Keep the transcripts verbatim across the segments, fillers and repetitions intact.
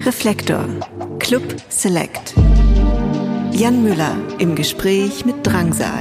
Reflektor Club Select. Jan Müller im Gespräch mit Drangsal.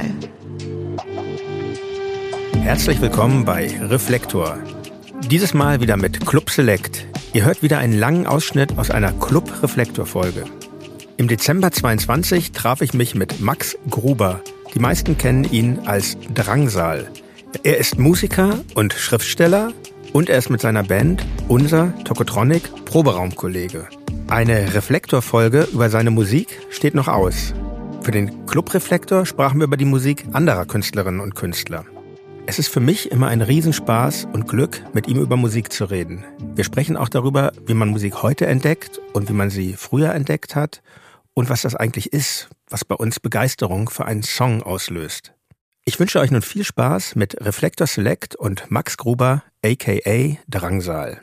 Herzlich willkommen bei Reflektor. Dieses Mal wieder mit Club Select. Ihr hört wieder einen langen Ausschnitt aus einer Club-Reflektor-Folge. Im Dezember zweiundzwanzig traf ich mich mit Max Gruber. Die meisten kennen ihn als Drangsal. Er ist Musiker und Schriftsteller und er ist mit seiner Band unser Tokotronic Proberaumkollege. Eine Reflektor-Folge über seine Musik steht noch aus. Für den Club Reflektor sprachen wir über die Musik anderer Künstlerinnen und Künstler. Es ist für mich immer ein Riesenspaß und Glück, mit ihm über Musik zu reden. Wir sprechen auch darüber, wie man Musik heute entdeckt und wie man sie früher entdeckt hat und was das eigentlich ist, was bei uns Begeisterung für einen Song auslöst. Ich wünsche euch nun viel Spaß mit Reflektor Select und Max Gruber, aka Drangsal.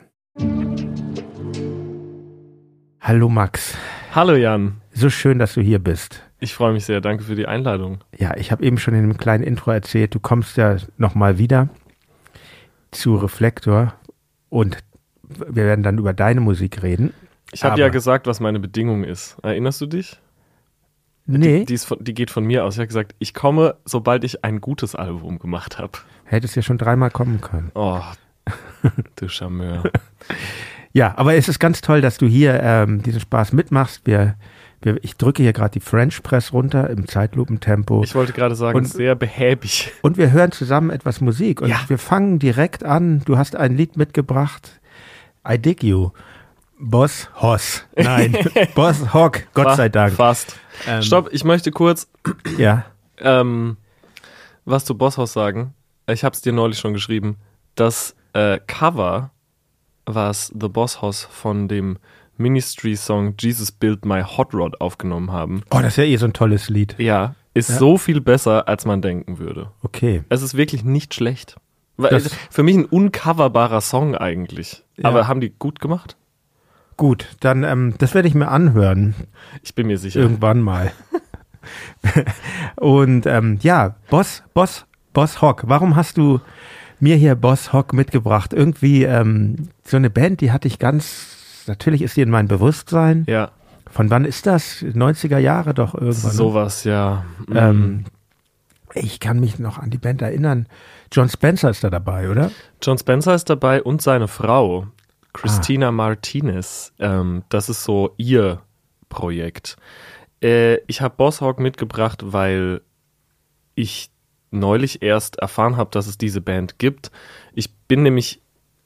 Hallo Max. Hallo Jan. So schön, dass du hier bist. Ich freue mich sehr, danke für die Einladung. Ja, ich habe eben schon in einem kleinen Intro erzählt, du kommst ja nochmal wieder zu Reflektor und wir werden dann über deine Musik reden. Ich habe ja gesagt, was meine Bedingung ist. Erinnerst du dich? Nee. Die, die, ist von, die geht von mir aus. Ich habe gesagt, ich komme, sobald ich ein gutes Album gemacht habe. Hättest ja schon dreimal kommen können. Oh, du Charmeur. Ja, aber es ist ganz toll, dass du hier ähm, diesen Spaß mitmachst. Wir, wir, ich drücke hier gerade die French Press runter im Zeitlupentempo. Ich wollte gerade sagen, und, sehr behäbig. Und wir hören zusammen etwas Musik. Und ja. wir fangen direkt an. Du hast ein Lied mitgebracht. I Dig You. Boss Hoss. Nein, Boss Hogg, Gott Fa- sei Dank. Fast. Ähm, Stopp, ich möchte kurz ja. ähm, was zu Boss Hoss sagen. Ich habe es dir neulich schon geschrieben. Das äh, Cover, was The Boss Hoss von dem Ministry-Song Jesus Built My Hot Rod aufgenommen haben. Oh, das ist ja eh so ein tolles Lied. Ja, ist ja. so viel besser, als man denken würde. Okay. Es ist wirklich nicht schlecht. Weil, das für mich ein uncoverbarer Song eigentlich. Ja. Aber haben die gut gemacht? Gut, dann, ähm, das werde ich mir anhören. Ich bin mir sicher. Irgendwann mal. Und ähm, ja, Boss, Boss, Boss Hogg. Warum hast du mir hier Boss Hogg mitgebracht? Irgendwie ähm, so eine Band, die hatte ich ganz, natürlich ist sie in meinem Bewusstsein. Ja. Von wann ist das? neunziger Jahre doch irgendwann. Sowas, ja. Mhm. Ähm, ich kann mich noch an die Band erinnern. Jon Spencer ist da dabei, oder? Jon Spencer ist dabei und seine Frau. Christina ah. Martinez, ähm, das ist so ihr Projekt. Äh, ich habe Boss Hogg mitgebracht, weil ich neulich erst erfahren habe, dass es diese Band gibt. Ich bin nämlich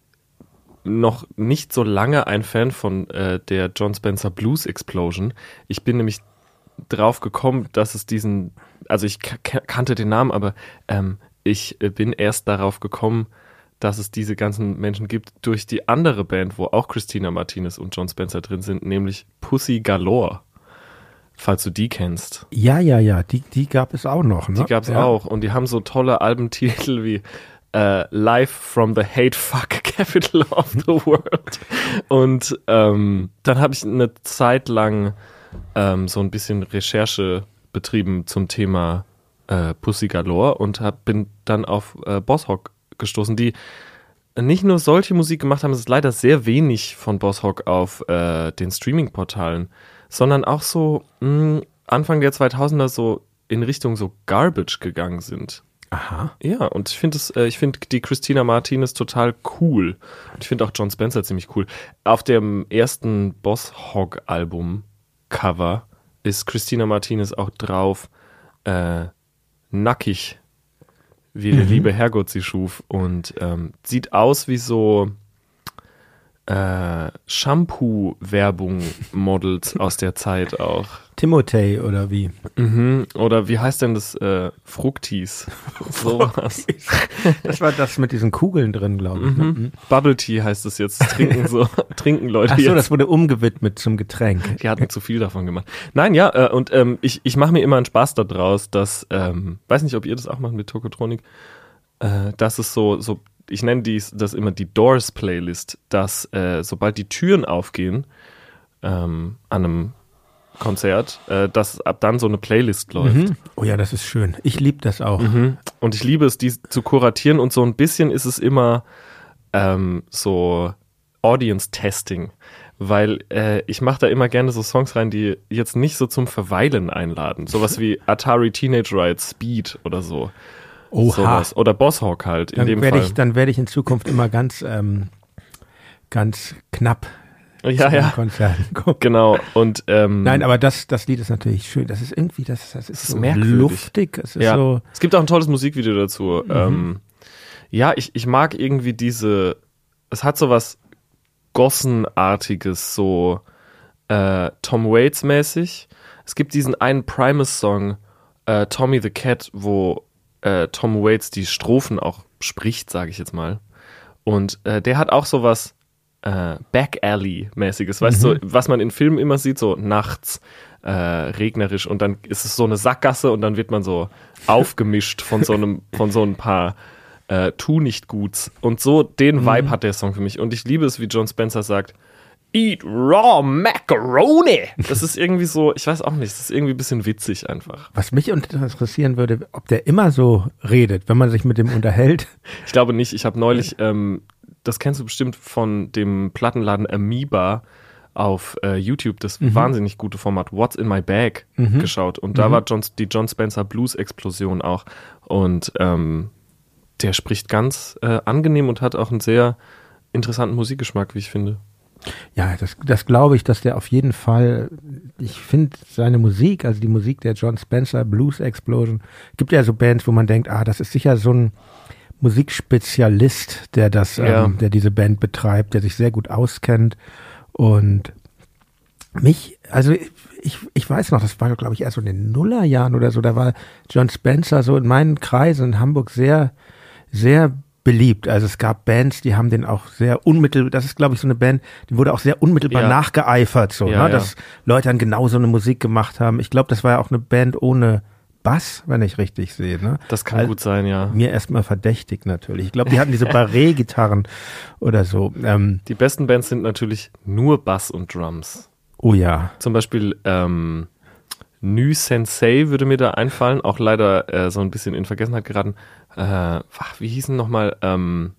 noch nicht so lange ein Fan von äh, der Jon Spencer Blues Explosion. Ich bin nämlich drauf gekommen, dass es diesen, also ich k- kannte den Namen, aber ähm, ich bin erst darauf gekommen, dass es diese ganzen Menschen gibt, durch die andere Band, wo auch Christina Martinez und Jon Spencer drin sind, nämlich Pussy Galore, falls du die kennst. Ja, ja, ja, die, die gab es auch noch, ne? Die gab es ja. auch und die haben so tolle Albentitel wie äh, Live from the Hate Fuck Capital of the World. Und ähm, dann habe ich eine Zeit lang ähm, so ein bisschen Recherche betrieben zum Thema äh, Pussy Galore und hab, bin dann auf äh, Boss Hogg gestoßen, die nicht nur solche Musik gemacht haben, es ist leider sehr wenig von Boss Hogg auf äh, den Streaming-Portalen, sondern auch so mh, Anfang der zweitausender so in Richtung so Garbage gegangen sind. Aha. Ja, und ich finde äh, ich finde die Christina Martinez total cool. Und ich finde auch Jon Spencer ziemlich cool. Auf dem ersten Boss Hogg Album Cover ist Christina Martinez auch drauf, äh, nackig, wie der mhm. liebe Herrgott sie schuf und ähm, sieht aus wie so äh, Shampoo-Werbung-Models aus der Zeit auch. Timothy oder wie? Mhm. Oder wie heißt denn das? Äh, Fructis. Sowas. Das war das mit diesen Kugeln drin, glaube ich. Mhm. Ne? Mhm. Bubble Tea heißt es jetzt. Trinken so, trinken Leute Ach so, jetzt. das wurde umgewidmet zum Getränk. Die hatten zu viel davon gemacht. Nein, ja, äh, und ähm, ich, ich mache mir immer einen Spaß daraus, dass, ähm, weiß nicht, ob ihr das auch macht mit Tokotronic, äh, dass es so, so, ich nenne dies, das immer die Doors-Playlist, dass äh, sobald die Türen aufgehen ähm, an einem Konzert, äh, dass ab dann so eine Playlist läuft. Mhm. Oh ja, das ist schön. Ich liebe das auch. Mhm. Und ich liebe es, die zu kuratieren und so ein bisschen ist es immer ähm, so Audience-Testing. weil äh, ich mache da immer gerne so Songs rein, die jetzt nicht so zum Verweilen einladen. Sowas wie Atari Teenage Riot Speed oder so. Oha. Sowas. Oder Bosshawk halt, in Dann dem werde Fall. ich, dann werde ich in Zukunft immer ganz, ähm, ganz knapp ja, zu ja, Konzerten kommen. genau. Und, ähm, Nein, aber das, das Lied ist natürlich schön. Das ist irgendwie, das, das ist, ist so merkwürdig. luftig. Es ist ja. so. Es gibt auch ein tolles Musikvideo dazu. Mhm. Ähm, ja, ich, ich mag irgendwie diese, es hat so was Gossenartiges, so äh, Tom Waits mäßig. Es gibt diesen einen Primus-Song, äh, Tommy the Cat, wo äh, Tom Waits die Strophen auch spricht, sage ich jetzt mal. Und äh, der hat auch so was äh, Back-Alley-mäßiges, weißt du, Mhm. so, was man in Filmen immer sieht, so nachts, äh, regnerisch und dann ist es so eine Sackgasse und dann wird man so aufgemischt von so einem, von so ein paar äh, Tu-nicht-Guts. Und so den Vibe Mhm. hat der Song für mich. Und ich liebe es, wie John Spencer sagt, Eat raw macaroni. Das ist irgendwie so, ich weiß auch nicht, das ist irgendwie ein bisschen witzig einfach. Was mich interessieren würde, ob der immer so redet, wenn man sich mit dem unterhält. Ich glaube nicht, ich habe neulich, ähm, das kennst du bestimmt von dem Plattenladen Amoeba auf äh, YouTube, das Mhm. wahnsinnig gute Format What's in My Bag Mhm. geschaut. Und da Mhm. war John, die John Spencer Blues-Explosion auch. Und ähm, der spricht ganz äh, angenehm und hat auch einen sehr interessanten Musikgeschmack, wie ich finde. Ja, das, das glaube ich, dass der auf jeden Fall, ich finde seine Musik, also die Musik der John Spencer Blues Explosion, gibt ja so Bands, wo man denkt, ah, das ist sicher so ein Musikspezialist, der das, Ja. ähm, der diese Band betreibt, der sich sehr gut auskennt. Und mich, also ich, ich weiß noch, das war, glaube ich, erst so in den Nullerjahren oder so, da war John Spencer so in meinen Kreisen in Hamburg sehr, sehr beliebt. Also es gab Bands, die haben den auch sehr unmittelbar, das ist, glaube ich, so eine Band, die wurde auch sehr unmittelbar Ja. nachgeeifert, so, Ja, ne? ja. Dass Leute dann genau so eine Musik gemacht haben. Ich glaube, das war ja auch eine Band ohne Bass, wenn ich richtig sehe, ne? Das kann Also gut sein, ja. mir erstmal verdächtig natürlich. Ich glaube, die hatten diese Barré-Gitarren oder so. Ähm, Die besten Bands sind natürlich nur Bass und Drums. oh ja. Zum Beispiel ähm, New Sensei würde mir da einfallen, auch leider äh, so ein bisschen in Vergessenheit geraten. Äh, ach, wie hießen nochmal? Ähm,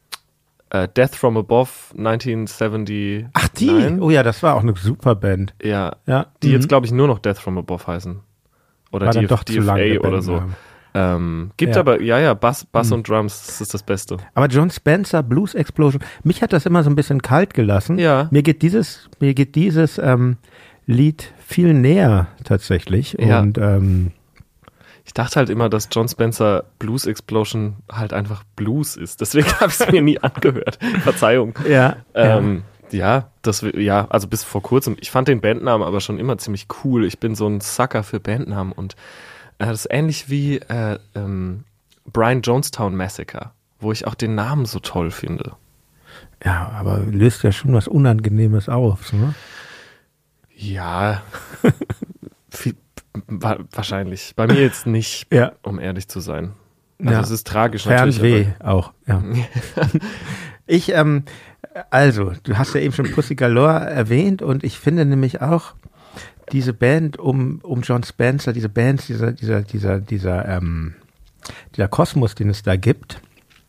äh, Death from Above neunzehnhundertneunundsiebzig. Ach, die? Oh ja, das war auch eine super Band. Ja, Ja. die mhm. jetzt, glaube ich, nur noch Death from Above heißen. Oder War dann D F, doch zu D F A lang der oder so. Bandname. Ähm, gibt Ja. aber, ja, ja, Bass, Bass und Drums, das ist das Beste. Aber John Spencer, Blues Explosion, mich hat das immer so ein bisschen kalt gelassen. Ja. Mir geht dieses, mir geht dieses ähm, Lied viel näher tatsächlich. Ja. Und ähm, Ich dachte halt immer, dass John Spencer Blues Explosion halt einfach Blues ist. Deswegen habe ich es mir nie angehört. Verzeihung. ja, Ähm, ja, das, ja, also bis vor kurzem. Ich fand den Bandnamen aber schon immer ziemlich cool. Ich bin so ein Sucker für Bandnamen und äh, das ist ähnlich wie äh, ähm, Brian Jonestown Massacre, wo ich auch den Namen so toll finde. ja, aber löst ja schon was Unangenehmes auf. Ne? Ja, viel, wa- wahrscheinlich. Bei mir jetzt nicht, Ja. um ehrlich zu sein. Also Ja. es ist tragisch natürlich. Fernweh auch. Ja. Ich, ähm, also, du hast ja eben schon Pussy Galore erwähnt und ich finde nämlich auch diese Band um, um John Spencer, diese Bands, dieser, dieser, dieser, dieser, ähm, dieser Kosmos, den es da gibt,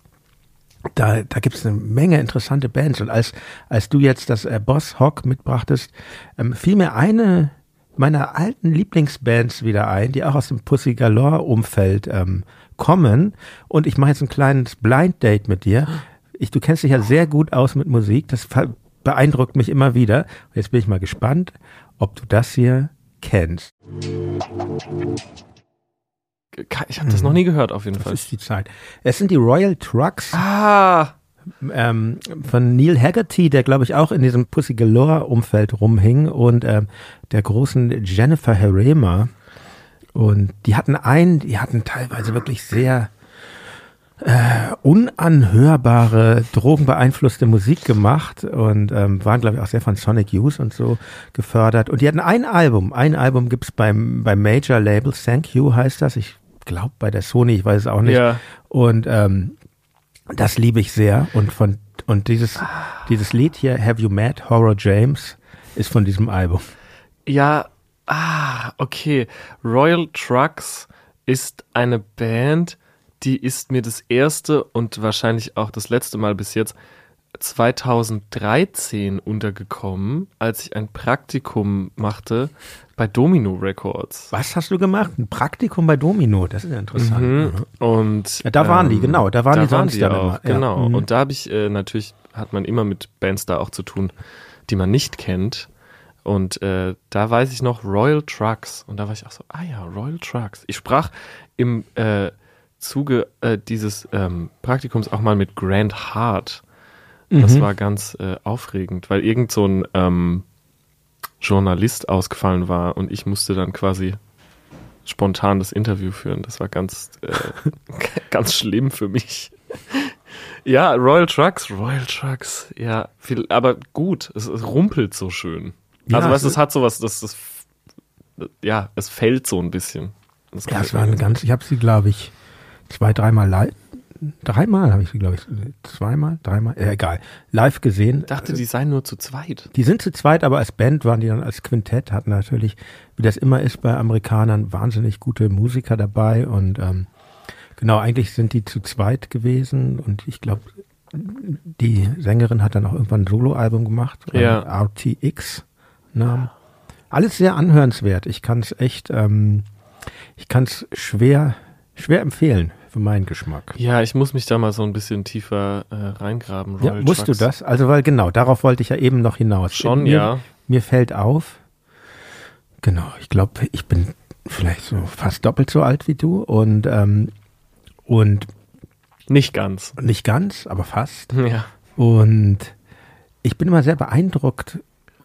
da, da gibt es eine Menge interessante Bands. Und als, als du jetzt das äh, Boss Hogg mitbrachtest, ähm, fiel mir eine meiner alten Lieblingsbands wieder ein, die auch aus dem Pussy Galore Umfeld ähm, kommen. Und ich mache jetzt ein kleines Blind Date mit dir. Ich, du kennst dich ja sehr gut aus mit Musik. Das ver- beeindruckt mich immer wieder. Und jetzt bin ich mal gespannt, ob du das hier kennst. Ich habe das noch nie gehört, auf jeden Das Fall. ist die Zeit. Es sind die Royal Trucks. Ah, Ähm, von Neil Haggerty, der glaube ich auch in diesem Pussy Galore Umfeld rumhing und ähm, der großen Jennifer Herrema. Und die hatten einen, die hatten teilweise wirklich sehr äh, unanhörbare, drogenbeeinflusste Musik gemacht und ähm, waren glaube ich auch sehr von Sonic Youth und so gefördert. Und die hatten ein Album, ein Album gibt's beim, beim Major Label, Thank You heißt das, ich glaube bei der Sony, ich weiß es auch nicht. ja. Und ähm, das liebe ich sehr. Und von und dieses, dieses Lied hier, Have You Met Horror James, ist von diesem Album. Ja, ah, okay. Royal Trucks ist eine Band, die ist mir das erste und wahrscheinlich auch das letzte Mal bis jetzt zweitausenddreizehn untergekommen, als ich ein Praktikum machte bei Domino Records. Was hast du gemacht? Ein Praktikum bei Domino, das ist ja interessant. Mhm. Und ja, da waren ähm, die, genau, da waren da die sonst die dann auch, immer. Genau, ja. mhm. und da habe ich äh, natürlich, hat man immer mit Bands da auch zu tun, die man nicht kennt. Und äh, da weiß ich noch Royal Trucks. Und da war ich auch so, ah ja, Royal Trucks. Ich sprach im äh, Zuge äh, dieses ähm, Praktikums auch mal mit Grant Hart. Das mhm. war ganz äh, aufregend, weil irgend so ein ähm, Journalist ausgefallen war und ich musste dann quasi spontan das Interview führen. Das war ganz, äh, ganz schlimm für mich. Ja, Royal Trucks, Royal Trucks, ja, viel, aber gut, es, es rumpelt so schön. Ja, also, weißt du, es hat sowas, das, das, ja, es fällt so ein bisschen. Das ja, es war eine ganz, ich habe sie, glaube ich, zwei, dreimal live, dreimal habe ich sie, glaube ich, zweimal, dreimal, äh, egal, live gesehen. Ich dachte, die seien nur zu zweit. Die sind zu zweit, aber als Band waren die dann als Quintett, hatten natürlich, wie das immer ist bei Amerikanern, wahnsinnig gute Musiker dabei und ähm, genau, eigentlich sind die zu zweit gewesen und ich glaube, die Sängerin hat dann auch irgendwann ein Soloalbum gemacht, ja. R T X Namen. Alles sehr anhörenswert. Ich kann es echt, ähm, ich kann es schwer, schwer empfehlen für meinen Geschmack. Ja, ich muss mich da mal so ein bisschen tiefer äh, reingraben. Royal ja, musst Trucks. Du das? Also, weil genau, darauf wollte ich ja eben noch hinaus. Schon, mir, ja. Mir fällt auf, genau, ich glaube, ich bin vielleicht so fast doppelt so alt wie du und, ähm, und nicht ganz. Nicht ganz, aber fast. Ja. Und ich bin immer sehr beeindruckt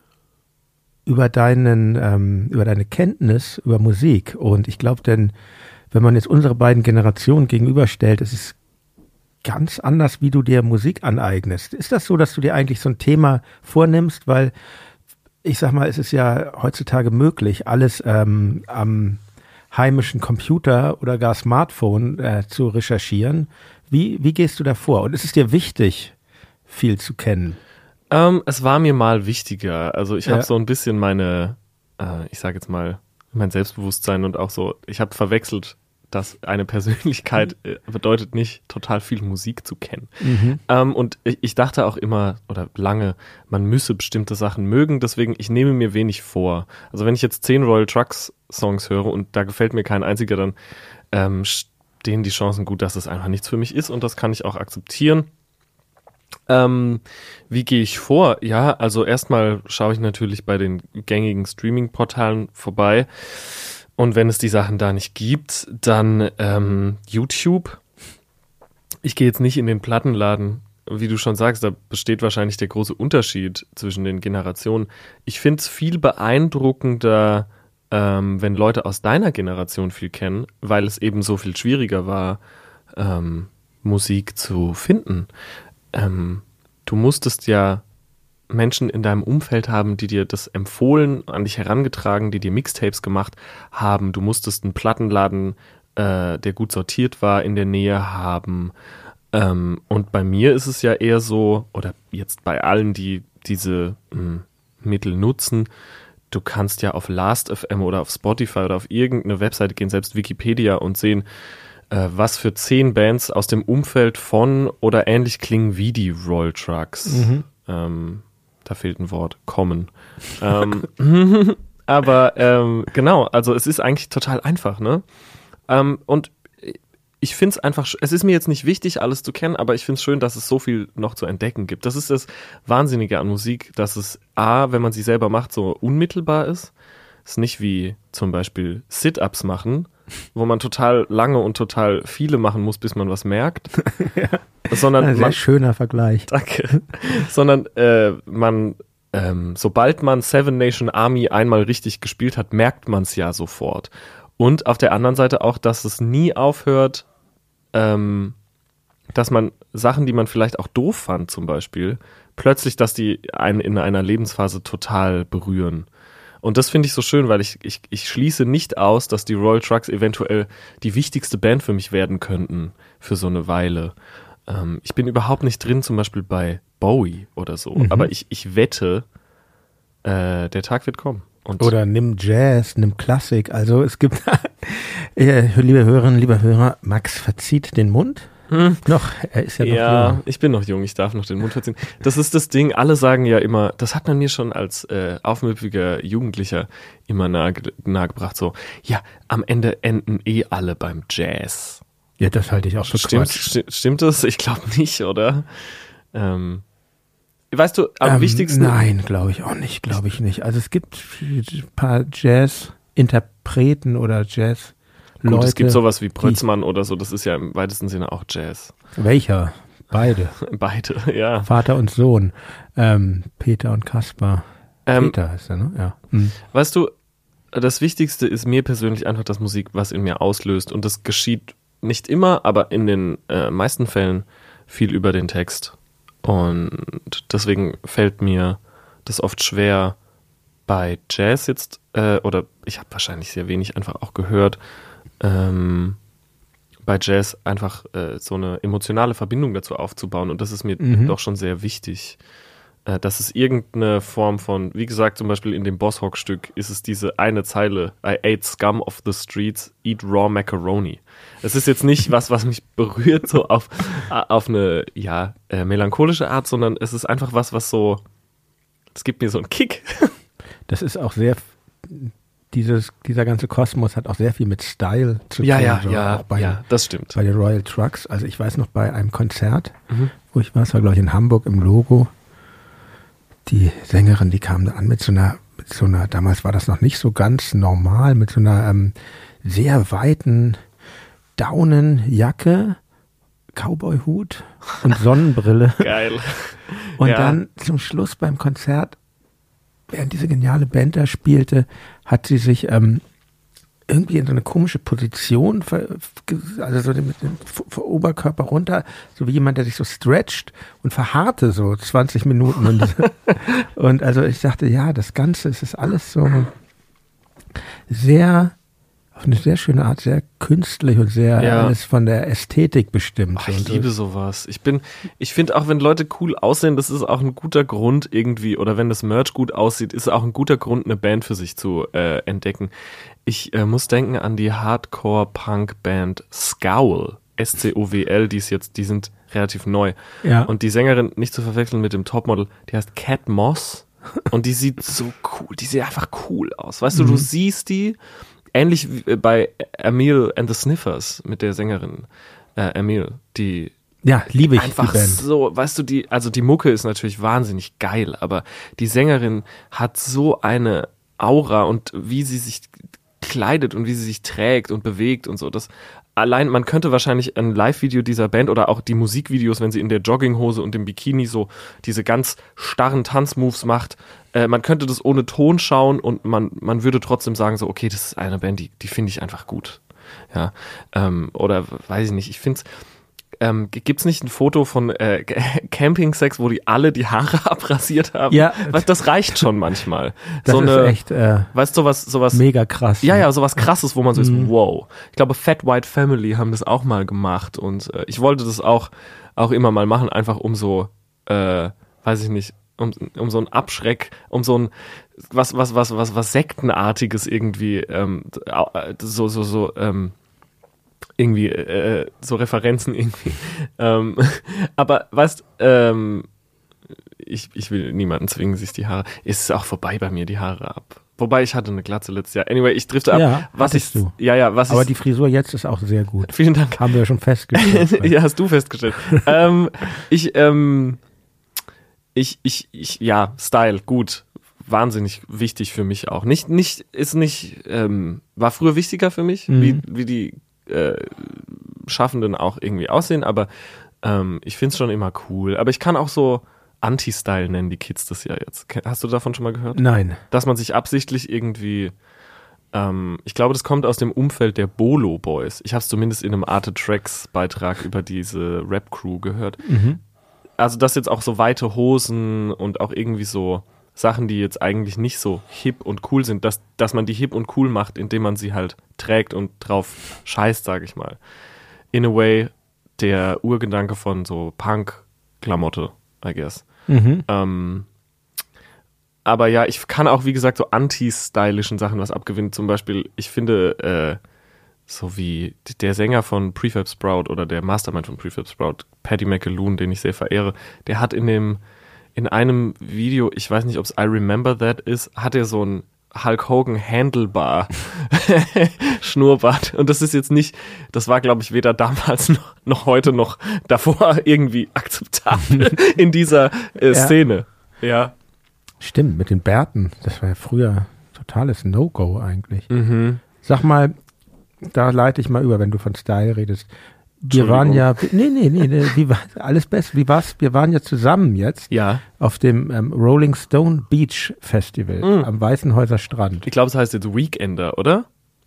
über deinen, ähm, über deine Kenntnis über Musik. Und ich glaube, denn wenn man jetzt unsere beiden Generationen gegenüberstellt, es ist ganz anders, wie du dir Musik aneignest. Ist das so, dass du dir eigentlich so ein Thema vornimmst? Weil ich sag mal, es ist ja heutzutage möglich, alles ähm, am heimischen Computer oder gar Smartphone äh, zu recherchieren. Wie, wie gehst du da vor? Und ist es dir wichtig, viel zu kennen? Ähm, es war mir mal wichtiger. Also ich habe ja. so ein bisschen meine, äh, ich sage jetzt mal, mein Selbstbewusstsein und auch so, ich habe verwechselt, dass eine Persönlichkeit äh, bedeutet nicht, total viel Musik zu kennen. Mhm. Ähm, und ich, ich dachte auch immer, oder lange, man müsse bestimmte Sachen mögen, deswegen, ich nehme mir wenig vor. Also wenn ich jetzt zehn Royal Trucks Songs höre und da gefällt mir kein einziger, dann ähm, stehen die Chancen gut, dass es einfach nichts für mich ist und das kann ich auch akzeptieren. Ähm, wie gehe ich vor? Ja, also erstmal schaue ich natürlich bei den gängigen Streaming-Portalen vorbei und wenn es die Sachen da nicht gibt, dann ähm, YouTube. Ich gehe jetzt nicht in den Plattenladen, wie du schon sagst, da besteht wahrscheinlich der große Unterschied zwischen den Generationen. Ich finde es viel beeindruckender, ähm, wenn Leute aus deiner Generation viel kennen, weil es eben so viel schwieriger war, ähm, Musik zu finden. Ähm, du musstest ja Menschen in deinem Umfeld haben, die dir das empfohlen, an dich herangetragen, die dir Mixtapes gemacht haben. Du musstest einen Plattenladen, äh, der gut sortiert war, in der Nähe haben. Ähm, und bei mir ist es ja eher so, oder jetzt bei allen, die diese mh, Mittel nutzen, du kannst ja auf Last Punkt F M oder auf Spotify oder auf irgendeine Webseite gehen, selbst Wikipedia, und sehen, was für zehn Bands aus dem Umfeld von oder ähnlich klingen wie die Royal Trucks. Mhm. Ähm, da fehlt ein Wort, kommen. ähm, aber ähm, genau, also es ist eigentlich total einfach, ne? Ähm, und ich finde es einfach, es ist mir jetzt nicht wichtig, alles zu kennen, aber ich finde es schön, dass es so viel noch zu entdecken gibt. Das ist das Wahnsinnige an Musik, dass es A, wenn man sie selber macht, so unmittelbar ist. Es ist nicht wie zum Beispiel Sit-Ups machen, wo man total lange und total viele machen muss, bis man was merkt. Ja. Sondern ein sehr man, schöner Vergleich. Danke. Sondern äh, man, ähm, sobald man Seven Nation Army einmal richtig gespielt hat, merkt man es ja sofort. Und auf der anderen Seite auch, dass es nie aufhört, ähm, dass man Sachen, die man vielleicht auch doof fand zum Beispiel, plötzlich, dass die einen in einer Lebensphase total berühren. Und das finde ich so schön, weil ich, ich, ich schließe nicht aus, dass die Royal Trucks eventuell die wichtigste Band für mich werden könnten für so eine Weile. Ähm, ich bin überhaupt nicht drin, zum Beispiel bei Bowie oder so. Mhm. Aber ich, ich wette, äh, der Tag wird kommen. Und oder nimm Jazz, nimm Klassik. Also es gibt, äh, liebe Hörerinnen, liebe Hörer, Max verzieht den Mund. Hm. Noch, er ist ja noch Ja, jung. ich bin noch jung, ich darf noch den Mund verziehen. Das ist das Ding, alle sagen ja immer, das hat man mir schon als äh, aufmüpfiger Jugendlicher immer nahe, nahegebracht, so, ja, am Ende enden eh alle beim Jazz. Ja, das halte ich auch für Stimmt, Quatsch. sti- stimmt das? Ich glaube nicht, oder? Ähm, weißt du, am Ähm, wichtigsten... Nein, glaube ich auch nicht, glaube ich nicht. Also es gibt ein paar Jazz-Interpreten oder Jazz- Gut, Leute. es gibt sowas wie Brötzmann oder so, das ist ja im weitesten Sinne auch Jazz. Welcher? Beide. Beide, ja. Vater und Sohn. Ähm, Peter und Kaspar. Ähm, Peter heißt er, ne? Ja. Mhm. Weißt du, das Wichtigste ist mir persönlich einfach, dass Musik was in mir auslöst. Und das geschieht nicht immer, aber in den äh, meisten Fällen viel über den Text. Und deswegen fällt mir das oft schwer bei Jazz jetzt, äh, oder ich habe wahrscheinlich sehr wenig einfach auch gehört, ähm, bei Jazz einfach äh, so eine emotionale Verbindung dazu aufzubauen. Und das ist mir Mhm. doch schon sehr wichtig. Äh, dass es irgendeine Form von, wie gesagt, zum Beispiel in dem Boss-Hogg-Stück ist es diese eine Zeile, I ate scum of the streets, eat raw macaroni. Es ist jetzt nicht was, was mich berührt, so auf, auf eine, ja, äh, melancholische Art, sondern es ist einfach was, was so, es gibt mir so einen Kick. Das ist auch sehr, dieses, dieser ganze Kosmos hat auch sehr viel mit Style zu Ja, tun. ja, so ja, auch bei, ja, das stimmt. bei den Royal Trucks. Also ich weiß noch, bei einem Konzert, Mhm. wo ich war, es war glaube ich in Hamburg im Logo, die Sängerin, die kam da an mit so einer, mit so einer, damals war das noch nicht so ganz normal, mit so einer ähm, sehr weiten Daunenjacke, Cowboyhut und Sonnenbrille. Geil. Und Ja. dann zum Schluss beim Konzert, während diese geniale Band da spielte, hat sie sich ähm, irgendwie in so eine komische Position, ver, also so mit dem F- F- Oberkörper runter, so wie jemand, der sich so stretcht und verharrte so zwanzig Minuten. Und, und also ich dachte, ja, das Ganze, es ist alles so sehr, auf eine sehr schöne Art, sehr künstlich und sehr Ja. alles von der Ästhetik bestimmt. Ach, ich und, liebe sowas. Ich bin, ich finde auch, wenn Leute cool aussehen, das ist auch ein guter Grund irgendwie, oder wenn das Merch gut aussieht, ist auch ein guter Grund, eine Band für sich zu äh, entdecken. Ich äh, muss denken an die Hardcore-Punk-Band Scowl, S C O W L, die ist jetzt, die sind relativ neu. Ja. Und die Sängerin, nicht zu verwechseln mit dem Topmodel, die heißt Cat Moss und die sieht so cool, die sieht einfach cool aus. Weißt du, du siehst die, ähnlich wie bei Emil and the Sniffers mit der Sängerin äh, Emil, die ja, liebe ich einfach die Band. so, weißt du, die, also die Mucke ist natürlich wahnsinnig geil, aber die Sängerin hat so eine Aura und wie sie sich kleidet und wie sie sich trägt und bewegt und so, das allein, man könnte wahrscheinlich ein Live-Video dieser Band oder auch die Musikvideos, wenn sie in der Jogginghose und dem Bikini so diese ganz starren Tanzmoves macht, äh, man könnte das ohne Ton schauen und man, man würde trotzdem sagen so, okay, das ist eine Band, die, die finde ich einfach gut. Ja, ähm, oder weiß ich nicht, ich finde es, Ähm, gibt's nicht ein Foto von äh, Camping-Sex, wo die alle die Haare abrasiert haben? Ja. Was, das reicht schon manchmal. Das so ist eine, echt äh, weißt du, sowas, sowas, mega krass. ja, ja, sowas krasses, wo man so Mhm. ist, wow. Ich glaube, Fat White Family haben das auch mal gemacht und äh, ich wollte das auch, auch immer mal machen, einfach um so, äh, weiß ich nicht, um, um so ein Abschreck, um so ein, was, was, was, was, was Sektenartiges irgendwie, ähm, so, so, so, ähm, irgendwie äh, so Referenzen irgendwie. ähm, aber weißt, ähm, ich, ich will niemanden zwingen, sich die Haare. Es ist auch vorbei bei mir, die Haare ab. Wobei ich hatte eine Glatze letztes Jahr. Anyway, ich drifte ab. Ja, was ich, hattest du. ja, ja, was Aber ich, die Frisur jetzt ist auch sehr gut. vielen Dank. Haben wir schon festgestellt. Ja, hast du festgestellt. ähm, ich, ähm, ich, ich, ich, ja, Style, gut. Wahnsinnig wichtig für mich auch. Nicht, nicht, ist nicht, ähm, war früher wichtiger für mich, Mhm. wie, wie die äh, Schaffenden auch irgendwie aussehen, aber ähm, ich find's schon immer cool. Aber ich kann auch so Anti-Style nennen, die Kids das ja jetzt. Ke- Hast du davon schon mal gehört? Nein. Dass man sich absichtlich irgendwie, ähm, ich glaube, das kommt aus dem Umfeld der Bolo Boys. Ich habe es zumindest in einem Arte Tracks Beitrag über diese Rap-Crew gehört. Mhm. Also dass jetzt auch so weite Hosen und auch irgendwie so Sachen, die jetzt eigentlich nicht so hip und cool sind, dass, dass man die hip und cool macht, indem man sie halt trägt und drauf scheißt, sage ich mal. In a way, der Urgedanke von so Punk-Klamotte, I guess. Mhm. Ähm, aber ja, ich kann auch, wie gesagt, so anti-stylischen Sachen was abgewinnen. Zum Beispiel, ich finde, so wie der Sänger von Prefab Sprout oder der Mastermind von Prefab Sprout, Paddy McAloon, den ich sehr verehre, der hat in dem, in einem Video, ich weiß nicht, ob es I Remember That ist, hat er so ein Hulk Hogan Handlebar Schnurrbart. Und das ist jetzt nicht, das war, glaube ich, weder damals noch, noch heute noch davor irgendwie akzeptabel in dieser äh, Szene. Ja. ja. Stimmt, mit den Bärten. Das war ja früher totales No-Go eigentlich. Mhm. Sag mal, da leite ich mal über, wenn du von Style redest. Wir waren ja, nee, nee, nee, nee wie war, alles best, wie war's? Wir waren ja zusammen jetzt ja. auf dem ähm, Rolling Stone Beach Festival mhm. am Weißenhäuser Strand. Ich glaube, es heißt jetzt Weekender, oder?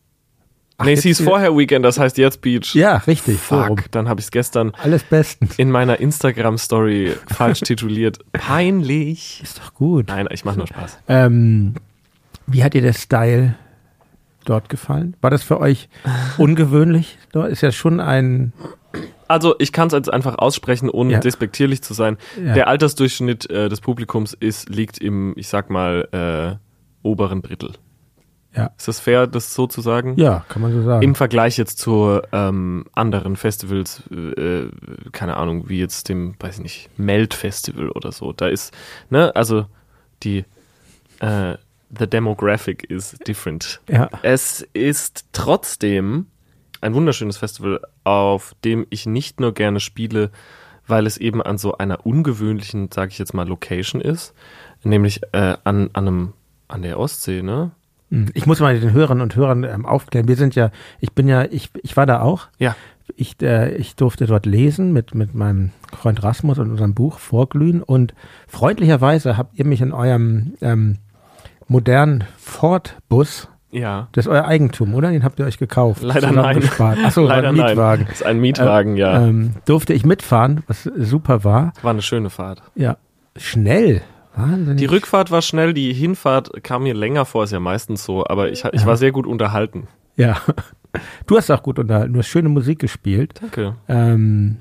Ach, nee, es hieß vorher Weekend, das heißt jetzt Beach. Ja, richtig. Fuck, so dann habe ich es gestern alles bestens in meiner Instagram-Story falsch tituliert. Peinlich. Ist doch gut. Nein, ich mache nur Spaß. Ähm, wie hat dir der Style dort gefallen? War das für euch ungewöhnlich? Dort ist ja schon ein... Also ich kann es jetzt einfach aussprechen, ohne ja. despektierlich zu sein. Ja. Der Altersdurchschnitt äh, des Publikums ist, liegt im, ich sag mal, äh, oberen Drittel. Ja. Ist das fair, das so zu sagen? Ja, kann man so sagen. Im Vergleich jetzt zu ähm, anderen Festivals, äh, keine Ahnung, wie jetzt dem, weiß ich nicht, Melt-Festival oder so. Da ist, ne, also die äh, the demographic is different. Ja. Es ist trotzdem ein wunderschönes Festival, auf dem ich nicht nur gerne spiele, weil es eben an so einer ungewöhnlichen, sage ich jetzt mal, Location ist, nämlich äh, an, an einem, an der Ostsee, ne? Ich muss mal den Hörern und Hörern ähm, aufklären. Wir sind ja, ich bin ja, ich, ich war da auch. Ja. Ich, äh, ich durfte dort lesen mit, mit meinem Freund Rasmus und unserem Buch Vorglühen und freundlicherweise habt ihr mich in eurem ähm, modernen Ford-Bus, Ja. das ist euer Eigentum, oder? Den habt ihr euch gekauft. Leider nein. Achso, Leider ein Mietwagen. Nein. Das ist ein Mietwagen, äh, ja. Ähm, durfte ich mitfahren, was super war. War eine schöne Fahrt. Ja, schnell. Wahnsinnig. Die Rückfahrt war schnell, die Hinfahrt kam mir länger vor, ist ja meistens so, aber ich, ich war sehr gut unterhalten. Ja, du hast auch gut unterhalten, du hast schöne Musik gespielt. Danke. Ähm,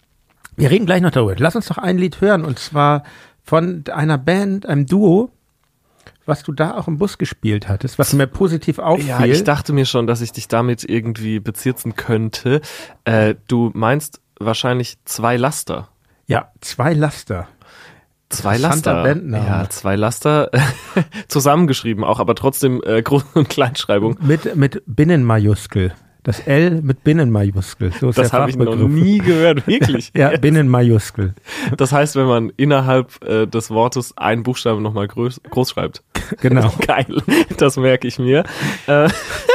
wir reden gleich noch darüber. Lass uns doch ein Lied hören und zwar von einer Band, einem Duo, was du da auch im Bus gespielt hattest, was mir positiv auffiel. Ja, ich dachte mir schon, dass ich dich damit irgendwie bezirzen könnte. Äh, du meinst wahrscheinlich Zwei Laster. Ja, Zwei Laster. Zwei Laster. Bandname. Ja, Zwei Laster. Zusammengeschrieben auch, aber trotzdem äh, Groß- und Kleinschreibung. Mit, mit Binnenmajuskel. Das L mit Binnenmajuskel. So ist Das der habe ich noch Fachbegriff. nie gehört, wirklich. Ja, Binnenmajuskel. Das heißt, wenn man innerhalb äh, des Wortes einen Buchstaben nochmal groß, groß schreibt. Genau. Geil, das merke ich mir. Äh,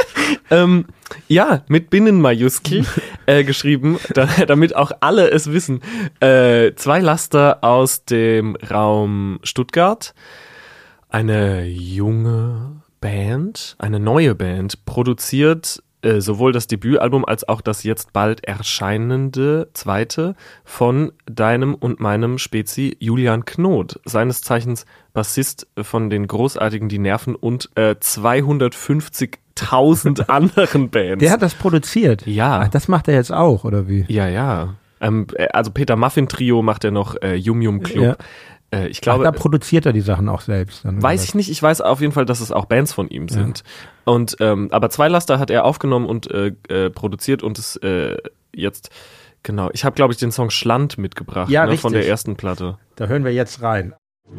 ähm, ja, mit Binnenmajuskel äh, geschrieben, da, damit auch alle es wissen. Äh, zwei Laster aus dem Raum Stuttgart. Eine junge Band, eine neue Band, produziert äh, sowohl das Debütalbum als auch das jetzt bald erscheinende zweite von deinem und meinem Spezi Julian Knot, seines Zeichens Bassist von den großartigen Die Nerven und äh, zweihundertfünfzigtausend anderen Bands. Der hat das produziert? Ja. Ach, das macht er jetzt auch, oder wie? Ja, ja. Ähm, also Peter Muffin Trio macht er noch, äh, Yum Yum Club. Ja. Äh, ich glaube, Ach, da produziert er die Sachen auch selbst. Dann weiß ich nicht. Ich weiß auf jeden Fall, dass es auch Bands von ihm sind. Ja. Und ähm, aber Zwei Laster hat er aufgenommen und äh, äh, produziert und es äh, jetzt genau. Ich habe, glaube ich, den Song Schland mitgebracht, ja, ne, von der richtig. ersten Platte. Da hören wir jetzt rein.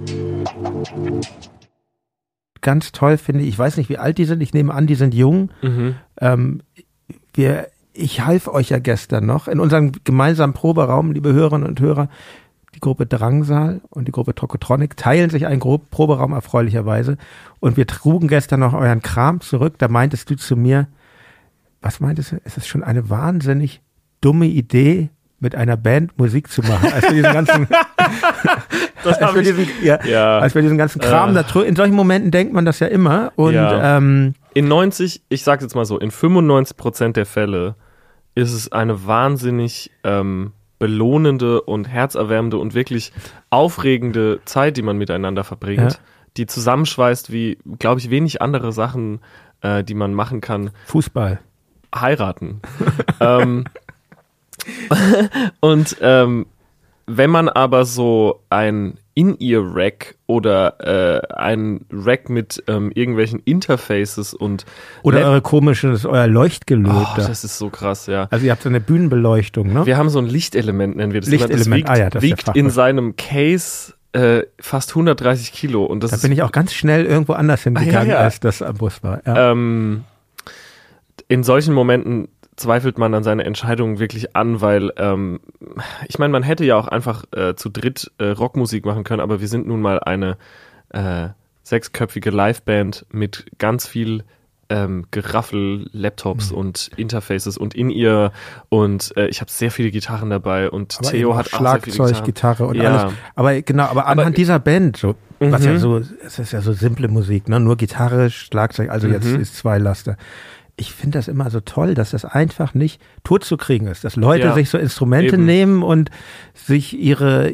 Ganz toll finde ich. Ich weiß nicht, wie alt die sind. Ich nehme an, die sind jung. Mhm. Ähm, wir, ich half euch ja gestern noch in unserem gemeinsamen Proberaum, liebe Hörerinnen und Hörer. Die Gruppe Drangsal und die Gruppe Tokotronic teilen sich einen Gro- Proberaum erfreulicherweise. Und wir trugen gestern noch euren Kram zurück. Da meintest du zu mir, was meintest du? Es ist schon eine wahnsinnig dumme Idee, mit einer Band Musik zu machen. Als wir diesen ganzen, Das als wir ich, diesen, ja, ja. als wir diesen ganzen Kram Äh. da drü- in solchen Momenten denkt man das ja immer. Und Ja. ähm, In neunzig, ich sag jetzt mal so, in fünfundneunzig Prozent der Fälle ist es eine wahnsinnig ähm, belohnende und herzerwärmende und wirklich aufregende Zeit, die man miteinander verbringt, Ja. die zusammenschweißt wie, glaube ich, wenig andere Sachen, äh, die man machen kann. Fußball. Heiraten. ähm, und ähm, wenn man aber so ein In-Ear-Rack oder äh, ein Rack mit ähm, irgendwelchen Interfaces und Oder Lab- eure komische, das ist euer Leuchtgelöt. Oh, da. das ist so krass, ja. Also ihr habt so eine Bühnenbeleuchtung, ne? Wir haben so ein Lichtelement, nennen wir das. Lichtelement, das wiegt, ah ja, das ist der wiegt Fachbegriff. in seinem Case äh, fast hundertdreißig Kilo. Und das Da ist, bin ich auch ganz schnell irgendwo anders hingegangen, Ah, ja, ja. als das am Bus war. Ja. ähm, in solchen Momenten zweifelt man an seine Entscheidungen wirklich an, weil ähm, ich meine, man hätte ja auch einfach äh, zu dritt äh, Rockmusik machen können, aber wir sind nun mal eine äh, sechsköpfige Liveband mit ganz viel ähm, Geraffel, Laptops Mhm. und Interfaces und In-Ear und äh, ich habe sehr viele Gitarren dabei und Aber Theo eben hat auch auch sehr viele Schlagzeug, Gitarren. Gitarre und Ja. alles. Aber genau, aber Aber- anhand dieser Band, so, was Mhm. ja so, es ist ja so simple Musik, ne? Nur Gitarre, Schlagzeug, also jetzt Mhm. ist zwei Laster. Ich finde das immer so toll, dass das einfach nicht tot zu kriegen ist, dass Leute Ja, sich so Instrumente eben. nehmen und sich ihre,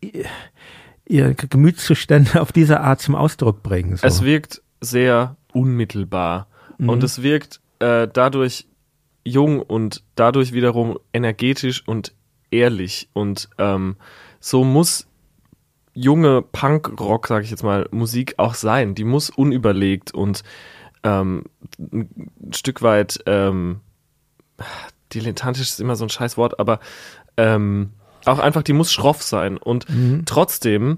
ihre Gemütszustände auf diese Art zum Ausdruck bringen. So. Es wirkt sehr unmittelbar Mhm. und es wirkt äh, dadurch jung und dadurch wiederum energetisch und ehrlich und ähm, so muss junge Punk-Rock, sage ich jetzt mal, Musik auch sein. Die muss unüberlegt und ähm, ein Stück weit ähm, dilettantisch ist immer so ein scheiß Wort, aber ähm, auch einfach, die muss schroff sein und Mhm. trotzdem,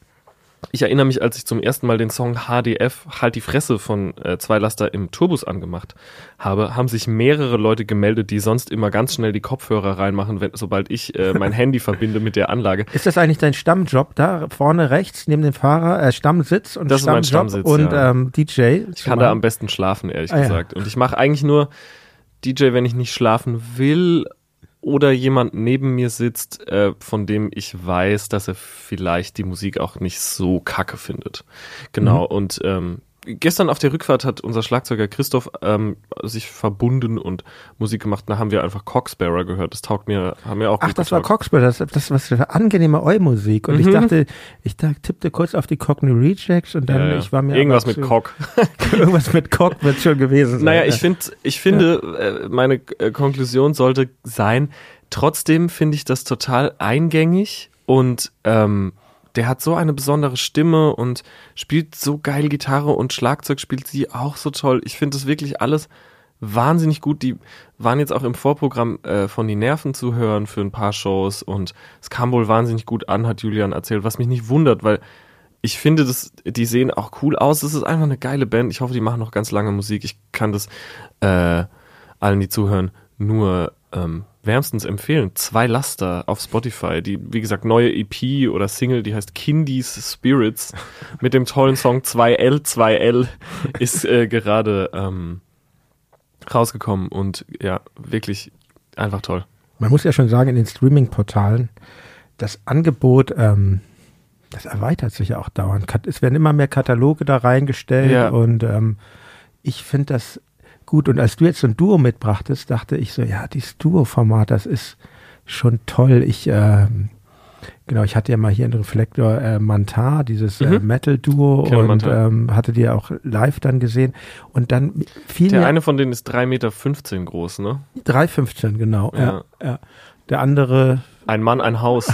ich erinnere mich, als ich zum ersten Mal den Song H D F, Halt die Fresse von äh, Zwei Laster im Tourbus angemacht habe, haben sich mehrere Leute gemeldet, die sonst immer ganz schnell die Kopfhörer reinmachen, wenn, sobald ich äh, mein Handy verbinde mit der Anlage. Ist das eigentlich dein Stammjob da vorne rechts neben dem Fahrer, äh, Stammsitz und Das ist mein Stammjob Stammsitz, und ja. ähm, D J? Ich kann da am besten schlafen, ehrlich Ah, ja. gesagt. Und ich mache eigentlich nur D J, wenn ich nicht schlafen will oder jemand neben mir sitzt, äh, von dem ich weiß, dass er vielleicht die Musik auch nicht so kacke findet. Genau, Mhm. und ähm, gestern auf der Rückfahrt hat unser Schlagzeuger Christoph ähm, sich verbunden und Musik gemacht. Da haben wir einfach Cocksparrow gehört. Das taugt mir, haben wir auch Ach, gut das war getaugt. Coxbill, das, das was für angenehme Eu-Musik. Und ich Mhm. dachte, ich da, tippte kurz auf die Cockney Rejects und dann, Ja, ja. ich war mir Irgendwas aber mit zu- Cock. Irgendwas mit Cock wird schon gewesen sein. Naja, ich Ja. finde, ich finde, äh, meine äh, Konklusion sollte sein, trotzdem finde ich das total eingängig und ähm, der hat so eine besondere Stimme und spielt so geil Gitarre und Schlagzeug spielt sie auch so toll. Ich finde das wirklich alles wahnsinnig gut. Die waren jetzt auch im Vorprogramm äh, von Die Nerven zu hören für ein paar Shows und es kam wohl wahnsinnig gut an, hat Julian erzählt, was mich nicht wundert, weil ich finde, das, die sehen auch cool aus. Es ist einfach eine geile Band. Ich hoffe, die machen noch ganz lange Musik. Ich kann das äh, allen, die zuhören, nur ähm, wärmstens empfehlen. Zwei Laster auf Spotify. Die, wie gesagt, neue E P oder Single, die heißt Kindies Spirits mit dem tollen Song zwei L zwei L ist äh, gerade ähm, rausgekommen und ja, wirklich einfach toll. Man muss ja schon sagen, in den Streaming-Portalen, das Angebot, ähm, das erweitert sich ja auch dauernd. Kat- Es werden immer mehr Kataloge da reingestellt Ja. und ähm, ich finde das gut. Und als du jetzt so ein Duo mitbrachtest, dachte ich so, ja, dieses Duo-Format, das ist schon toll. Ich, ähm, genau, ich hatte ja mal hier in Reflektor äh, Mantar, dieses äh, Mhm. Metal-Duo Kenne und Mantar. ähm, hatte die ja auch live dann gesehen. Und dann fiel Der mir eine von denen ist drei Meter fünfzehn groß, ne? drei fünfzehn, genau. Ja. Ja. Ja. Der andere Ein Mann, ein Haus.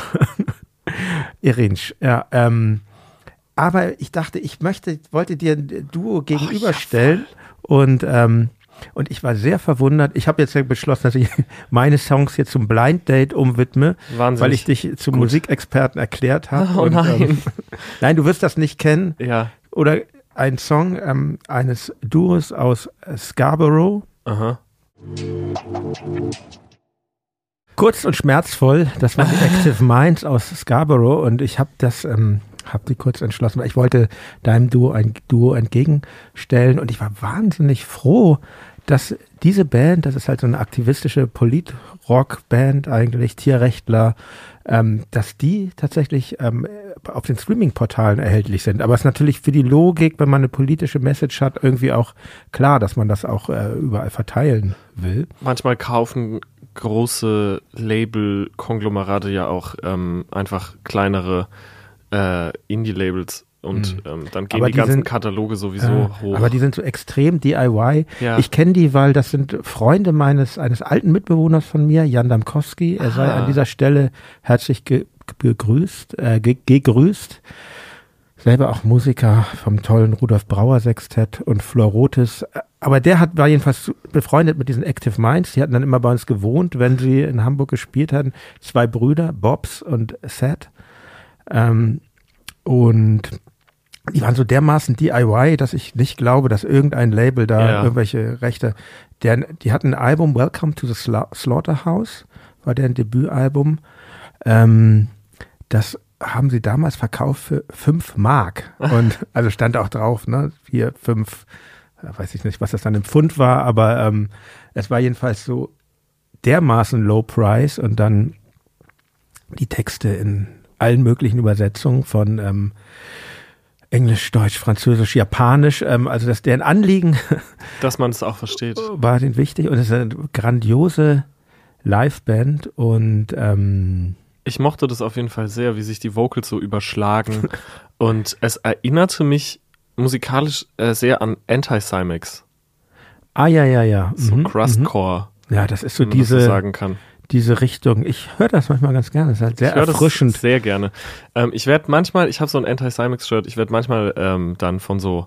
Irinsch, ja. Ähm, aber ich dachte, ich möchte, wollte dir ein Duo gegenüberstellen und ähm, und ich war sehr verwundert. Ich habe jetzt ja beschlossen, dass ich meine Songs jetzt zum Blind Date umwidme, Wahnsinnig. weil ich dich zum Gut. Musikexperten erklärt habe. Oh und, nein. Ähm, nein, du wirst das nicht kennen. Ja. Oder ein Song ähm, eines Duos aus äh, Scarborough. Aha. Kurz und schmerzvoll, das war die Active Minds aus Scarborough und ich habe das, ähm, habe die kurz entschlossen, weil ich wollte deinem Duo ein Duo entgegenstellen und ich war wahnsinnig froh, dass diese Band, das ist halt so eine aktivistische Polit-Rock-Band eigentlich, Tierrechtler, ähm, dass die tatsächlich ähm, auf den Streaming-Portalen erhältlich sind. Aber es ist natürlich für die Logik, wenn man eine politische Message hat, irgendwie auch klar, dass man das auch äh, überall verteilen will. Manchmal kaufen große Label-Konglomerate ja auch ähm, einfach kleinere äh, Indie-Labels und Mhm. ähm, dann gehen Aber die, die ganzen sind- Kataloge sowieso Ja, hoch. aber die sind so extrem D I Y. Ja. Ich kenne die, weil das sind Freunde meines eines alten Mitbewohners von mir, Jan Damkowski. Er sei Ah. an dieser Stelle herzlich ge gegrüßt, äh, ge- gegrüßt. Selber auch Musiker vom tollen Rudolf Brauer Sextett und Florotis. Aber der hat, war jedenfalls befreundet mit diesen Active Minds. Die hatten dann immer bei uns gewohnt, wenn sie in Hamburg gespielt hatten. Zwei Brüder, Bobs und Seth. Ähm, und die waren so dermaßen D I Y, dass ich nicht glaube, dass irgendein Label da ja. irgendwelche Rechte, der, die hatten ein Album, Welcome to the Sla- Slaughterhouse, war deren Debütalbum. Ähm, das haben sie damals verkauft für fünf Mark. Und also stand auch drauf, ne, vier, fünf, weiß ich nicht, was das dann im Pfund war, aber ähm, es war jedenfalls so dermaßen Low Price und dann die Texte in allen möglichen Übersetzungen von ähm, Englisch, Deutsch, Französisch, Japanisch, ähm, also das deren Anliegen dass man es auch versteht. War denen wichtig und es ist eine grandiose Liveband und ähm, ich mochte das auf jeden Fall sehr, wie sich die Vocals so überschlagen und es erinnerte mich musikalisch äh, sehr an Anti-Cymex. Ah, ja, ja, ja. So mhm, Crustcore. Mhm. Ja, das ist so wenn man diese, das so sagen kann. diese Richtung. Ich höre das manchmal ganz gerne. Das ist halt sehr ich höre erfrischend. Das sehr gerne. Ähm, ich werde manchmal, ich habe so ein Anti-Cymex-Shirt, ich werde manchmal ähm, dann von so,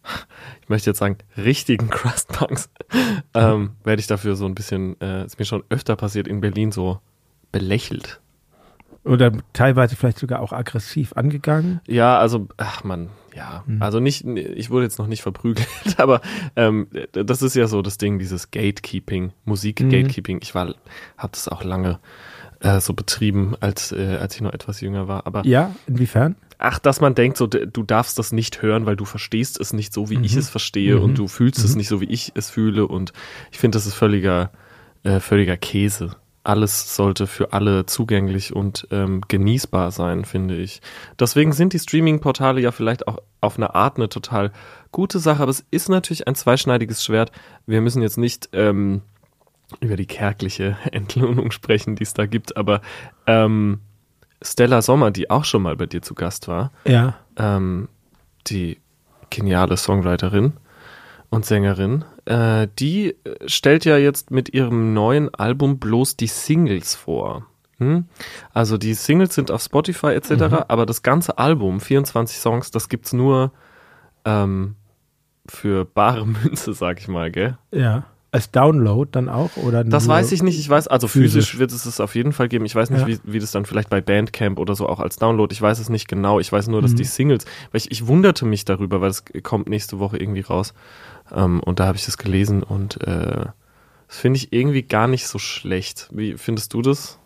ich möchte jetzt sagen, richtigen Crust-Punks, ähm, werde ich dafür so ein bisschen, äh, ist mir schon öfter passiert in Berlin, so belächelt. Oder teilweise vielleicht sogar auch aggressiv angegangen. Ja, also, ach man, ja, mhm. also nicht, ich wurde jetzt noch nicht verprügelt, aber ähm, das ist ja so das Ding, dieses Gatekeeping, Musik-Gatekeeping. Mhm. Ich war, habe das auch lange äh, so betrieben, als, äh, als ich noch etwas jünger war. Aber ja, inwiefern? Ach, dass man denkt, so, du darfst das nicht hören, weil du verstehst es nicht so, wie mhm. ich es verstehe mhm. und du fühlst mhm. es nicht so, wie ich es fühle und ich finde, das ist völliger, äh, völliger Käse. Alles sollte für alle zugänglich und ähm, genießbar sein, finde ich. Deswegen sind die Streaming-Portale ja vielleicht auch auf eine Art eine total gute Sache, aber es ist natürlich ein zweischneidiges Schwert. Wir müssen jetzt nicht ähm, über die kärgliche Entlohnung sprechen, die es da gibt, aber ähm, Stella Sommer, die auch schon mal bei dir zu Gast war, ja. ähm, die geniale Songwriterin und Sängerin, äh, die stellt ja jetzt mit ihrem neuen Album bloß die Singles vor. Hm? Also die Singles sind auf Spotify et cetera, mhm. aber das ganze Album, vierundzwanzig Songs, das gibt's nur ähm, für bare Münze, sag ich mal, gell? Ja. Als Download dann auch? Oder das nur weiß ich nicht. Ich weiß, also physisch, physisch wird es es auf jeden Fall geben. Ich weiß nicht, ja. wie, wie das dann vielleicht bei Bandcamp oder so auch als Download. Ich weiß es nicht genau. Ich weiß nur, dass mhm. die Singles, weil ich, ich wunderte mich darüber, weil es kommt nächste Woche irgendwie raus. Um, und da habe ich das gelesen und äh, das finde ich irgendwie gar nicht so schlecht. Wie findest du das?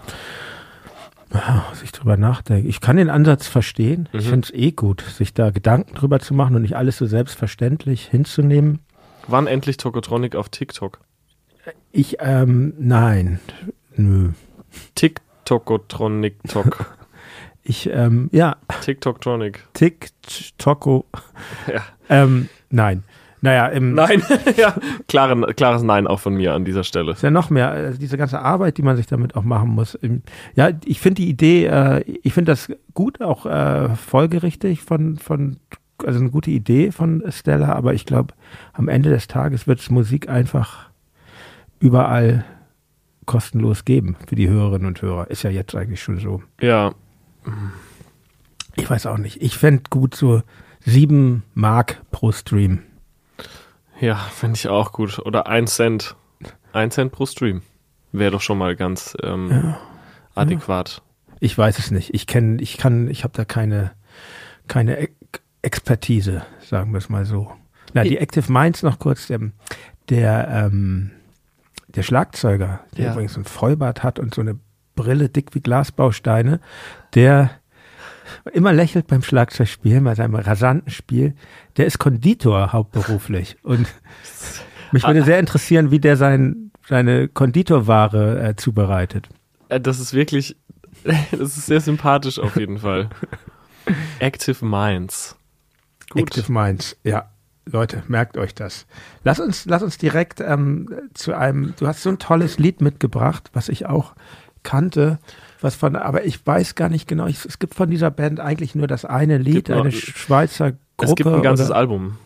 Ja, was ich drüber nachdenke. Ich kann den Ansatz verstehen. Mhm. Ich finde es eh gut, sich da Gedanken drüber zu machen und nicht alles so selbstverständlich hinzunehmen. Wann endlich Tokotronic auf TikTok? Ich, ähm, nein. Nö. TikTokotronic-Tok. Ich, ähm, ja. TikToktronic. TikToko. Ja. Ähm, nein. Naja, im Nein, ja, klare, klares Nein auch von mir an dieser Stelle. Ist ja noch mehr, also diese ganze Arbeit, die man sich damit auch machen muss. Ja, ich finde die Idee, äh, ich finde das gut, auch äh, folgerichtig von, von, also eine gute Idee von Stella, aber ich glaube, am Ende des Tages wird es Musik einfach überall kostenlos geben für die Hörerinnen und Hörer. Ist ja jetzt eigentlich schon so. Ja. Ich weiß auch nicht. Ich fände gut so sieben Mark pro Stream. Ja, finde ich auch gut. Oder ein Cent. Ein Cent pro Stream. Wäre doch schon mal ganz ähm, ja. adäquat. Ich weiß es nicht. Ich kenne, ich kann, ich habe da keine, keine e- Expertise, sagen wir es mal so. Na, die Active Minds noch kurz, der, der, ähm, der Schlagzeuger, der ja. übrigens so ein Vollbart hat und so eine Brille dick wie Glasbausteine, der immer lächelt beim Schlagzeugspielen, bei seinem rasanten Spiel. Der ist Konditor hauptberuflich. Und mich würde sehr interessieren, wie der sein, seine Konditorware äh, zubereitet. Das ist wirklich, das ist sehr sympathisch auf jeden Fall. Active Minds. Gut. Active Minds, ja. Leute, merkt euch das. Lass uns, lass uns direkt ähm, zu einem, du hast so ein tolles Lied mitgebracht, was ich auch kannte, was von, aber ich weiß gar nicht genau, ich, es gibt von dieser Band eigentlich nur das eine Lied, noch, eine Schweizer Gruppe. Es gibt ein ganzes oder? Album.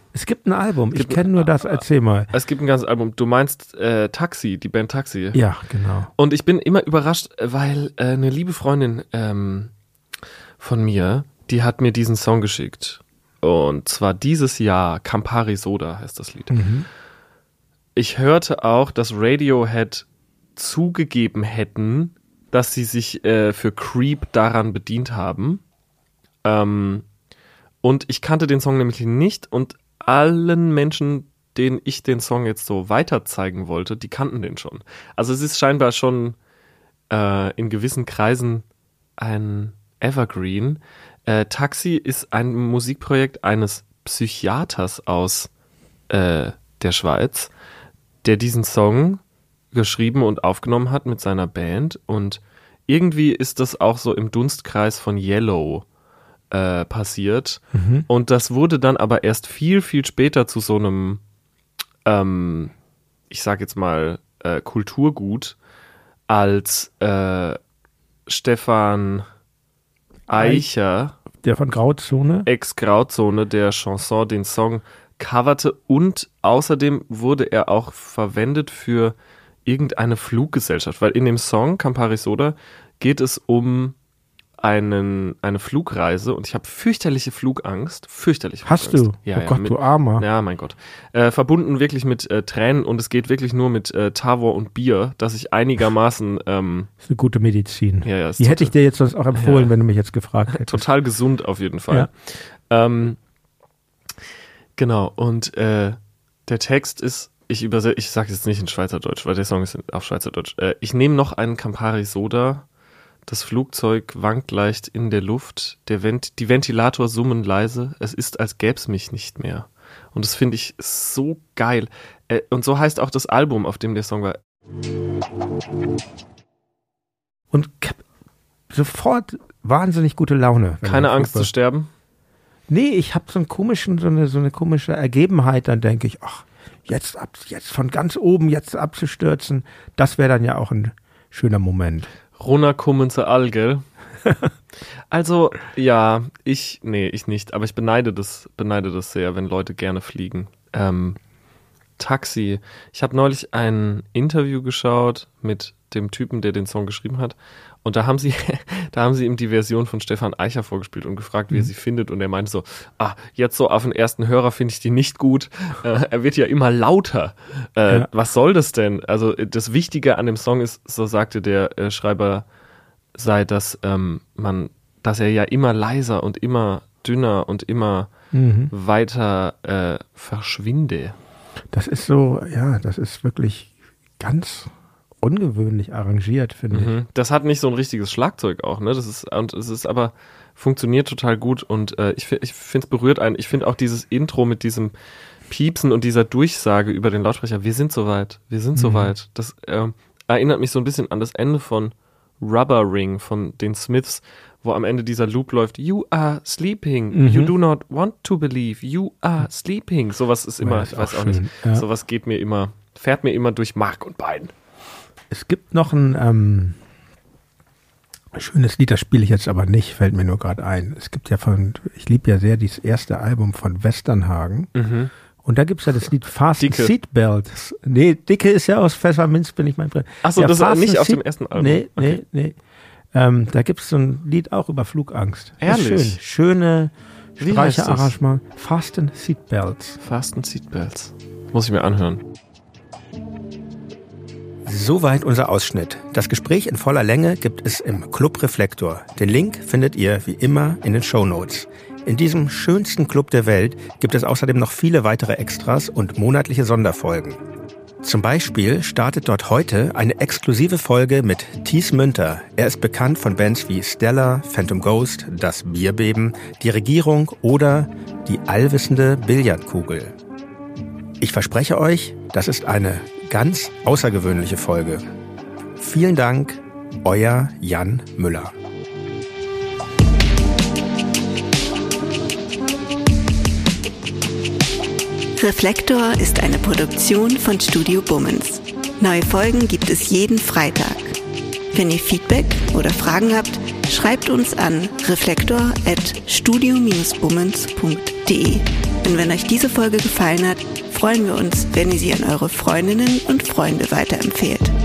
Es gibt ein Album, ich kenne nur das, erzähl mal. Es gibt ein ganzes Album. Du meinst äh, Taxi, die Band Taxi. Ja, genau. Und ich bin immer überrascht, weil äh, eine liebe Freundin ähm, von mir, die hat mir diesen Song geschickt. Und zwar dieses Jahr, Campari Soda heißt das Lied. Mhm. Ich hörte auch, dass Radiohead zugegeben hätten, dass sie sich äh, für Creep daran bedient haben. Ähm, und ich kannte den Song nämlich nicht und allen Menschen, denen ich den Song jetzt so weiter zeigen wollte, die kannten den schon. Also es ist scheinbar schon äh, in gewissen Kreisen ein Evergreen. Äh, Taxi ist ein Musikprojekt eines Psychiaters aus äh, der Schweiz, der diesen Song geschrieben und aufgenommen hat mit seiner Band. Und irgendwie ist das auch so im Dunstkreis von Yellow äh, passiert. Mhm. Und das wurde dann aber erst viel, viel später zu so einem, ähm, ich sag jetzt mal, äh, Kulturgut, als äh, Stefan Eicher, der von Grauzone, Ex-Grauzone, der Chanson, den Song coverte und außerdem wurde er auch verwendet für irgendeine Fluggesellschaft, weil in dem Song Campari Soda geht es um einen, eine Flugreise und ich habe fürchterliche Flugangst, fürchterliche Hast Flugangst. du? Ja, oh ja, Gott, mit, du Armer. Ja, mein Gott. Äh, verbunden wirklich mit äh, Tränen und es geht wirklich nur mit äh, Tavor und Bier, dass ich einigermaßen ähm, Das ist eine gute Medizin. Ja, ja, Die hätte ich dir jetzt sonst auch empfohlen, ja. wenn du mich jetzt gefragt hättest. Total gesund auf jeden Fall. Ja. Ähm, genau, und äh, der Text ist, ich übersetze, ich sage jetzt nicht in Schweizerdeutsch, weil der Song ist auf Schweizerdeutsch. Äh, ich nehme noch einen Campari Soda, das Flugzeug wankt leicht in der Luft, der Vent- die Ventilator summen leise, es ist, als gäb's mich nicht mehr. Und das finde ich so geil. Äh, und so heißt auch das Album, auf dem der Song war. Und sofort wahnsinnig gute Laune. Keine Angst zu sterben? Nee, ich habe so einen komischen, so eine, so eine komische Ergebenheit, dann denke ich, ach, jetzt ab, jetzt von ganz oben jetzt abzustürzen, das wäre dann ja auch ein schöner Moment. Runterkommen zur All, gell? Also, ja, ich, nee, ich nicht, aber ich beneide das, beneide das sehr, wenn Leute gerne fliegen. Ähm, Taxi. Ich habe neulich ein Interview geschaut mit dem Typen, der den Song geschrieben hat. Und da haben sie, da haben sie ihm die Version von Stefan Eicher vorgespielt und gefragt, wie er sie findet. Und er meinte so, ah, jetzt so auf den ersten Hörer finde ich die nicht gut. Äh, er wird ja immer lauter. Äh, ja. Was soll das denn? Also das Wichtige an dem Song ist, so sagte der äh, Schreiber, sei, dass ähm, man, dass er ja immer leiser und immer dünner und immer mhm. weiter äh, verschwinde. Das ist so, ja, das ist wirklich ganz ungewöhnlich arrangiert, finde mhm. ich. Das hat nicht so ein richtiges Schlagzeug auch, ne? Das ist, und es ist aber, funktioniert total gut und äh, ich, ich finde es berührt einen. Ich finde auch dieses Intro mit diesem Piepsen und dieser Durchsage über den Lautsprecher, wir sind soweit, wir sind mhm. soweit. Das äh, erinnert mich so ein bisschen an das Ende von Rubber Ring von den Smiths, wo am Ende dieser Loop läuft, you are sleeping, mhm. you do not want to believe, you are sleeping. Sowas ist immer, ja, ist ich weiß auch, auch nicht, ja. sowas geht mir immer, fährt mir immer durch Mark und Bein. Es gibt noch ein ähm, schönes Lied, das spiele ich jetzt aber nicht, fällt mir nur gerade ein. Es gibt ja von, ich liebe ja sehr dieses erste Album von Westernhagen. Mhm. Und da gibt es ja das Lied Fasten Seatbelts. Nee, Dicke ist ja aus Pfefferminz, bin ich mein Freund. Achso, ja, das ist nicht auf Seat- dem ersten Album. Nee, okay. nee, nee. Ähm, da gibt es so ein Lied auch über Flugangst. Ehrlich? Schön. Schöne Streicherarrangement. Fasten Seatbelts. Fasten Seatbelts. Muss ich mir anhören. Soweit unser Ausschnitt. Das Gespräch in voller Länge gibt es im Club Reflektor. Den Link findet ihr wie immer in den Shownotes. In diesem schönsten Club der Welt gibt es außerdem noch viele weitere Extras und monatliche Sonderfolgen. Zum Beispiel startet dort heute eine exklusive Folge mit Thies Münter. Er ist bekannt von Bands wie Stella, Phantom Ghost, Das Bierbeben, Die Regierung oder Die allwissende Billardkugel. Ich verspreche euch, das ist eine ganz außergewöhnliche Folge. Vielen Dank, euer Jan Müller. Reflektor ist eine Produktion von Studio Bummens. Neue Folgen gibt es jeden Freitag. Wenn ihr Feedback oder Fragen habt, schreibt uns an reflektor at studio bummens punkt de. Und wenn euch diese Folge gefallen hat, freuen wir uns, wenn ihr sie an eure Freundinnen und Freunde weiterempfehlt.